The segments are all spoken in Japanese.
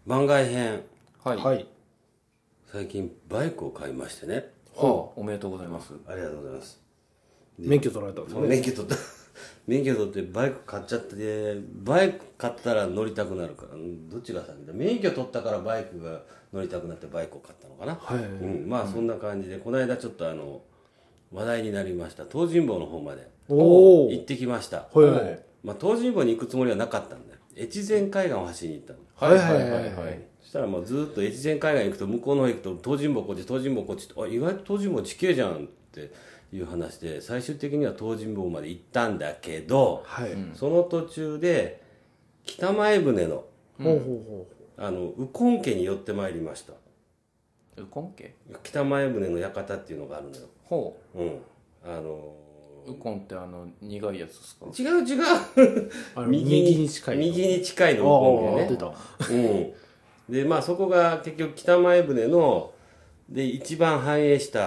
番外編。 はい。 はい。 最近バイクを買いましてね。 おめでとうございます。 ありがとうございます。 免許取られたんですよね。 免許取った免許取ってバイク買っちゃって、バイク買ったら乗りたくなるから、どっちが先だ。免許取ったからバイクが乗りたくなってバイクを買ったのかな。 はい。 まあそんな感じで、この間ちょっと話題になりました東尋坊の方までお行ってきました。 はいはい。 まあ東尋坊に行くつもりはなかったんだよ。越前海岸を走りに行ったの。 はいはいはい。 そしたらもうずっと越前海岸行くと向こうの方行くと東尋坊こっち東尋坊こっちって、意外と東尋坊地形じゃんっていう話で、最終的には東尋坊まで行ったんだけど、 はい。 その途中で北前船のほうほうほ右近家に寄ってまいりました。 ウコン家北前船の館っていうのがあるのよ。 ほうう。ウコンって苦いやつですか？ 違う違うう。右に近い。 右に近いの右近家ね。 出た。 でまあそこが結局北前船ので一番繁栄した、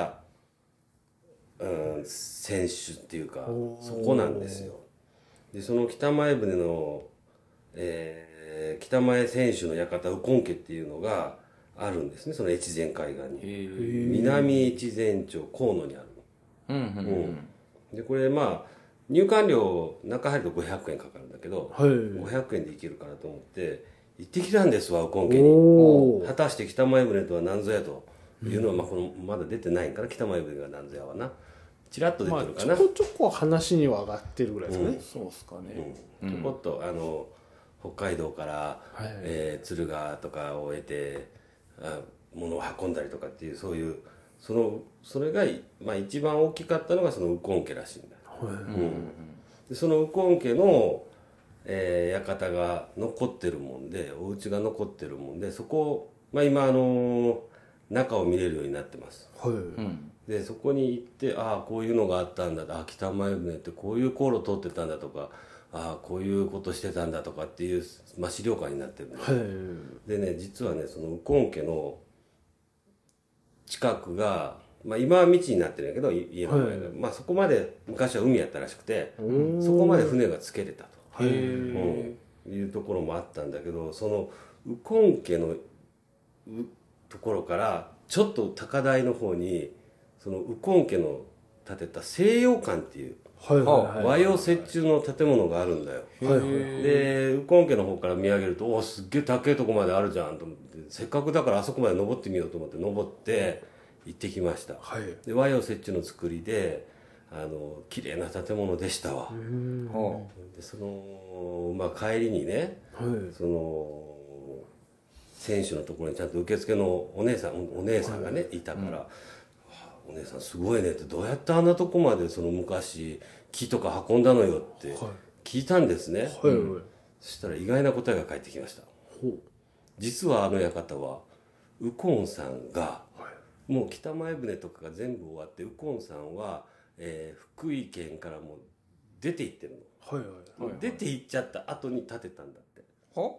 船種っていうかそこなんですよ。でその北前船の、北前船主の館右近家っていうのがあるんですね、その越前海岸に。南越前町河野にある。でこれまあ入館料中入ると500円かかるんだけど、 はい。 500円で行けるからと思って行ってきたんですわ、右近家に。 お果たして北前船とは何ぞやというのは、このまだ出てないんから北前船が何ぞやはなちらっと出てまあるかな。 ちょこちょこ話には上がってるぐらいですかね。 そうっすかね。 ちょこっと北海道から、敦賀とかを得て物を運んだりとかっていう、そういうそれが、まあ、一番大きかったのがその右近家らしいんだ。でその右近家の、館が残ってるもんで、お家が残ってるもんで、そこ、まあ、今中を見れるようになってます。 はい。 でそこに行って、ああこういうのがあったんだ、北前船ってこういう航路通ってたんだとか、こういうことしてたんだとかっていう、まあ、資料館になってるんで、 はい。 でね、実はねその右近家の近くが、まあ、今は道になってるんやけど家の前が、まあ、そこまで昔は海やったらしくて、そこまで船がつけれたと、いうところもあったんだけど、その右近家のところからちょっと高台の方にその右近家の建てた西洋館っていう和洋折衷の建物があるんだよ。で右近家の方から見上げると、おすっげえ高いとこまであるじゃんと思って、せっかくだからあそこまで登ってみようと思って登って行ってきました。で和洋折衷の作りで綺麗な建物でしたわ。でその、まあ、帰りにね、その選手のところにちゃんと受付のお姉さんがねいたから、お姉さんすごいねって、どうやってあんなとこまでその昔木とか運んだのよって聞いたんですね。そしたら意外な答えが返ってきました。実は館は右近さんが、もう北前船とかが全部終わって右近さんは、福井県からもう出て行ってるの。出て行っちゃった後に建てたんだって。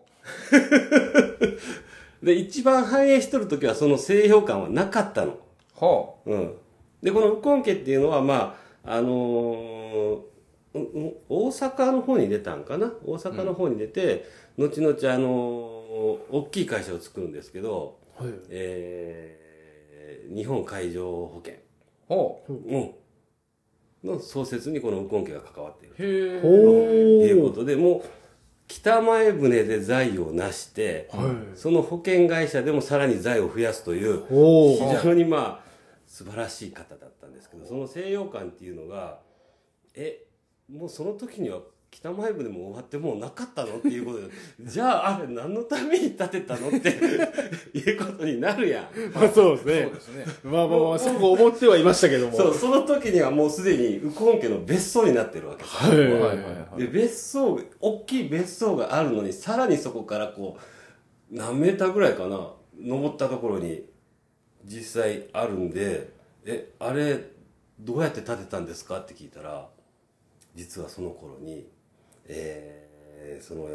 で一番繁栄しとる時はその西洋館はなかったの。でこの右近家っていうのはまあ大阪の方に出たんかな。大阪の方に出て、後々大きい会社を作るんですけど、日本海上保険の創設にこの右近家が関わっているということで、もう北前船で財を成して、その保険会社でもさらに財を増やすという非常にまあ素晴らしい方だったんですけど、その西洋館っていうのがもうその時には北前船も終わってもうなかったのっていうことでじゃああれ何のために建てたのっていうことになるやん。 そうですね。まあそう思ってはいましたけども、 その時にはもうすでに右近家の別荘になってるわけですよ。で大きい別荘があるのに、さらにそこからこう何メーターぐらいかな登ったところに実際あるんで、あれどうやって建てたんですかって聞いたら、実はその頃に、その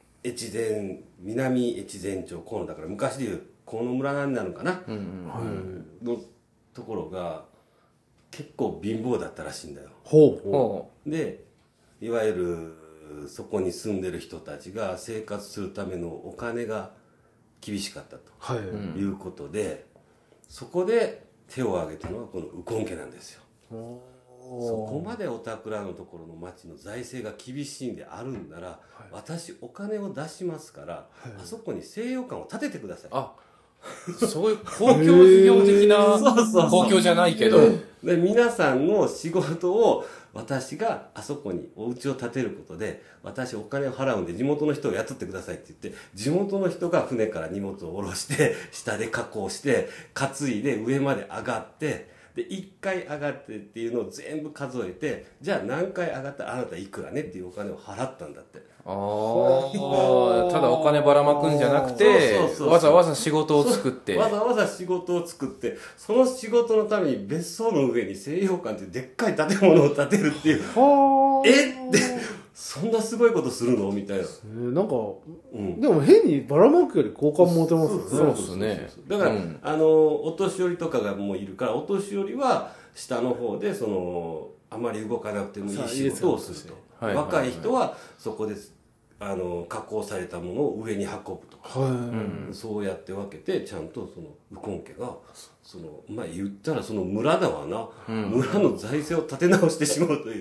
南越前町河野だから昔でいう河野村になるのかな、のところが結構貧乏だったらしいんだよ。でいわゆるそこに住んでる人たちが生活するためのお金が厳しかったとはい。 いうことで、そこで手を挙げたのはこの右近家なんですよ。そこまでおたくらのところの町の財政が厳しいんであるんなら、私お金を出しますから、あそこに西洋館を建ててください。 そういう公共事業的なそう公共じゃないけど、 で皆さんの仕事を私があそこにお家を建てることで、私お金を払うんで地元の人を雇ってくださいって言って、地元の人が船から荷物を下ろして下で加工して担いで上まで上がって、で1回上がってっていうのを全部数えて、じゃあ何回上がったらあなたいくらねっていうお金を払ったんだって。 ただお金ばらまくんじゃなくて、わざわざ仕事を作って、 わざわざ仕事を作って、その仕事のために別荘の上に西洋館っていうでっかい建物を建てるっていう、えってそんなすごいことするのみたいな。 なんか、でも変にばらまくより好感持てますよね。 そうですね。 だから、お年寄りとかがもういるから、お年寄りは下の方であまり動かなくてもいい仕事をすると。若い人はそこで加工されたものを上に運ぶとか、そうやって分けて、ちゃんと右近家がまあ言ったら村だわな、村の財政を立て直してしまうという。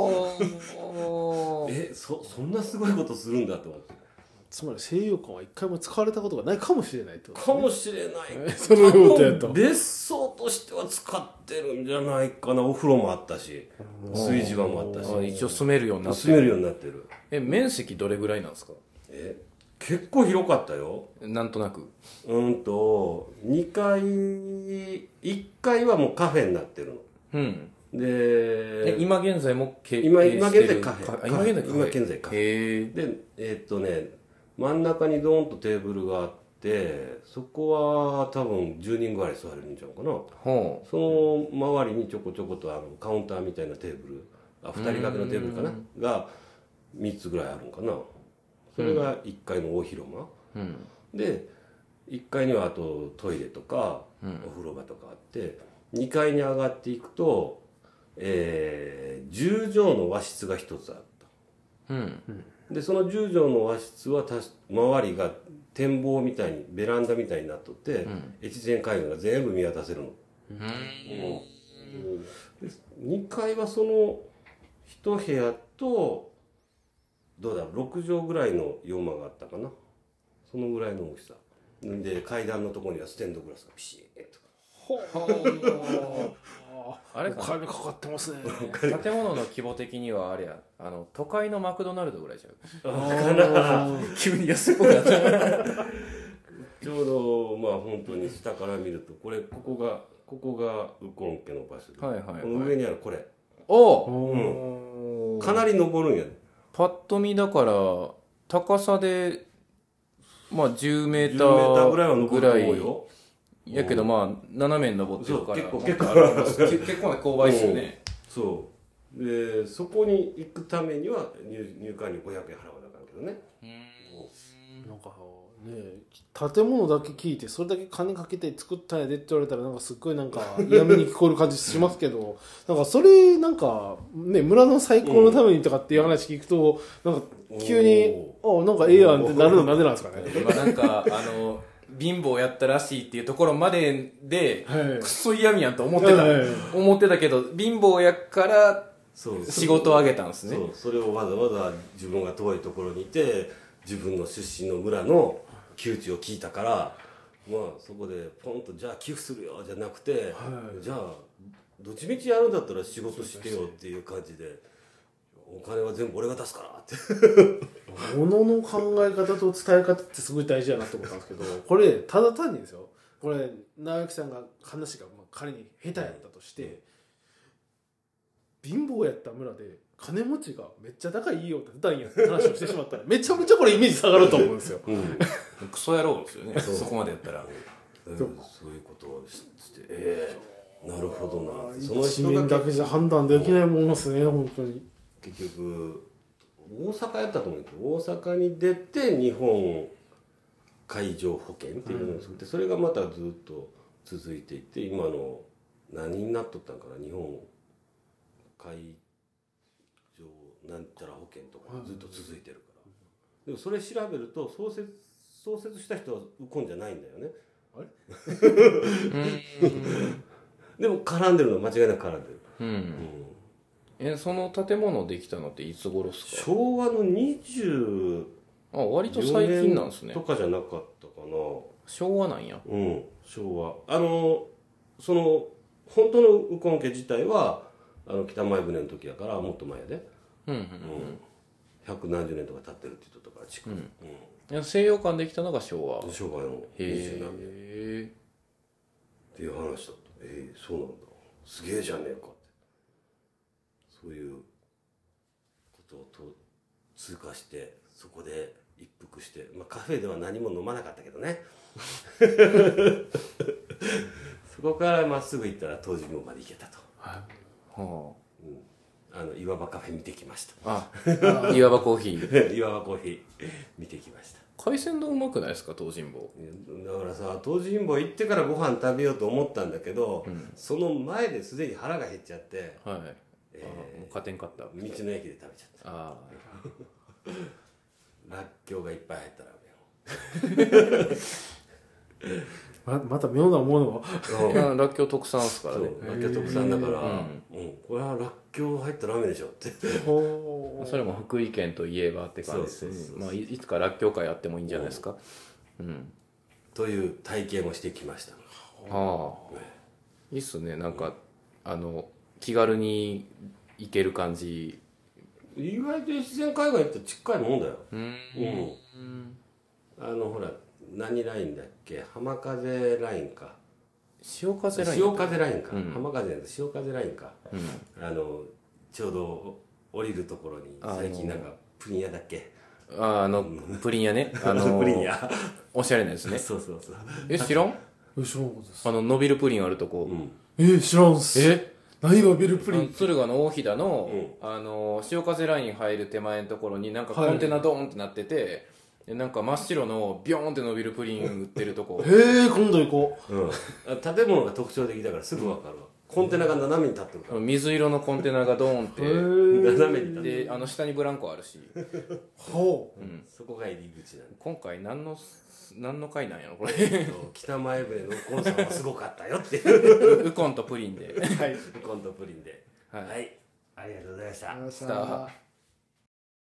そんなすごいことするんだと思って。 つまり西洋館は一回も使われたことがないかもしれないってことかもしれない。 そのようとやった。 別荘としては使ってるんじゃないかな。お風呂もあったし、炊事場もあったし、 一応住めるようになってる。 住めるようになってる。 面積どれぐらいなんですか？ 結構広かったよ。 なんとなく。 2階、1階はもうカフェになってるの。で、 今現在も今現在カフェ。 今現在カフェ。で、真ん中にドーンとテーブルがあって、そこは多分10人ぐらい座れるんちゃうかな。その周りにちょこちょことカウンターみたいなテーブル、2人掛けのテーブルかなが3つぐらいあるんかな。それが1階の大広間。で、1階にはあとトイレとかお風呂場とかあって、2階に上がっていくと、10畳の和室が1つあった。でその10畳の和室は周りが展望みたいにベランダみたいになっとって、越前海岸が全部見渡せるの。2階はその1部屋とどうだろう、6畳ぐらいの洋間があったかな。そのぐらいの大きさで、階段のところにはステンドグラスがピシッと。 あれお金かかってますね。 建物の規模的にはあれや、都会のマクドナルドぐらいじゃん。急に安っぽくなった。 ちょうどまあ本当に下から見ると、ここが右近家の場所で、この上にあるこれ、かなり登るんや。 パッと見だから高さでまあ10メータ 10メーターーぐらいは登ると思うよ。 やけどまあ斜めに登ってるから結構結構な勾配ですよね。 そうで、そこに行くためには入館に500円払わなあかんけどね。 なんかね、建物だけ聞いてそれだけ金かけて作ったんやでって言われたら、なんかすっごいなんか嫌味に聞こえる感じしますけどなんかそれなんかね、村の再興のためにとかっていう話聞くと、なんか急になんかええやんってなるのなんでなんですかね。 今なんか貧乏やったらしいっていうところまでで、くっそ嫌味やんと思ってたけど、貧乏やから仕事をあげたんですね。 それをわざわざ自分が遠いところにいて、自分の出身の村の窮地を聞いたから、まあそこでポンとじゃあ寄付するよじゃなくて、じゃあどっちみちやるんだったら仕事してよっていう感じで、お金は全部俺が出すからって物の考え方と伝え方ってすごい大事だなと思ったんですけど、これただ単にですよ、これ直之さんが話が仮に下手やったとして、貧乏やった村で金持ちがめっちゃ高い家を建てたんやって話をしてしまったらめちゃめちゃこれイメージ下がると思うんですよ。 クソ野郎ですよね。そこまでやったらそういうことをしてなるほどな。 その一面だけじゃ判断できないものですね、本当に。 結局大阪やったと思うけど、大阪に出て日本海上保険っていうのを作って、それがまたずっと続いていって、今の何になっとったんかな、日本海上なんちゃら保険とかずっと続いてるから。でもそれ調べると創設創設した人はウコンじゃないんだよね。 あれでも絡んでるのは間違いなく絡んでる。 その建物できたのっていつ頃ですか？ 昭和の24 割と最近なんですね。 とかじゃなかったかな。 昭和なんや。 昭和。その本当のウコン家自体は北前船の時やからもっと前やで。百何十年とか経ってるって言ってたから地区。 西洋館できたのが昭和。 昭和の20何年っていう話だった。そうなんだ。すげえじゃねえかって。そういうことを通過してそこで一服して、カフェでは何も飲まなかったけどね。そこからまっすぐ行ったら東尋坊まで行けたと。岩場カフェ見てきました。 岩場コーヒー。 岩場コーヒー見てきました。 海鮮丼うまくないですか、東尋坊。 だからさ、東尋坊行ってからご飯食べようと思ったんだけど、その前ですでに腹が減っちゃって、 もう勝てんかった。 道の駅で食べちゃった。らっきょうがいっぱい入ったラーメンを。 また妙なものを。 らっきょう特産ですからね。 らっきょう特産だから、これはらっきょう入ったラーメンでしょって。 それも福井県といえばって感じですね。いつからっきょう会やってもいいんじゃないですか。 という体験をしてきました。 いいっすね。なんか気軽に行ける感じ。 意外と自然海岸行ったら近いもんだよ。ほら何ラインだっけ、浜風ラインか潮風ライン浜風じゃなくて潮風ラインか、ちょうど降りるところに最近なんかプリン屋だっけ、 プリン屋ね、 プリン屋おしゃれなやつね。 そう知らん？ 知らんことです。 伸びるプリンあるとこ。 知らんっす。何伸びるプリン？ 敦賀の大飛騨の潮風ライン入る手前のところになんかコンテナドーンってなってて、なんか真っ白のビョーンって伸びるプリン売ってるとこ。 今度行こう。建物が特徴的だからすぐ分かるわ。コンテナが斜めに立ってるから。 水色のコンテナがドーンって斜めに立ってる。 で下にブランコあるし。 そこが入り口なんで。 今回何の回なんやろこれ。 北前船のウコンさんはすごかったよっていう。 ウコンとプリンで。 ウコンとプリンで。はい。ありがとうございました。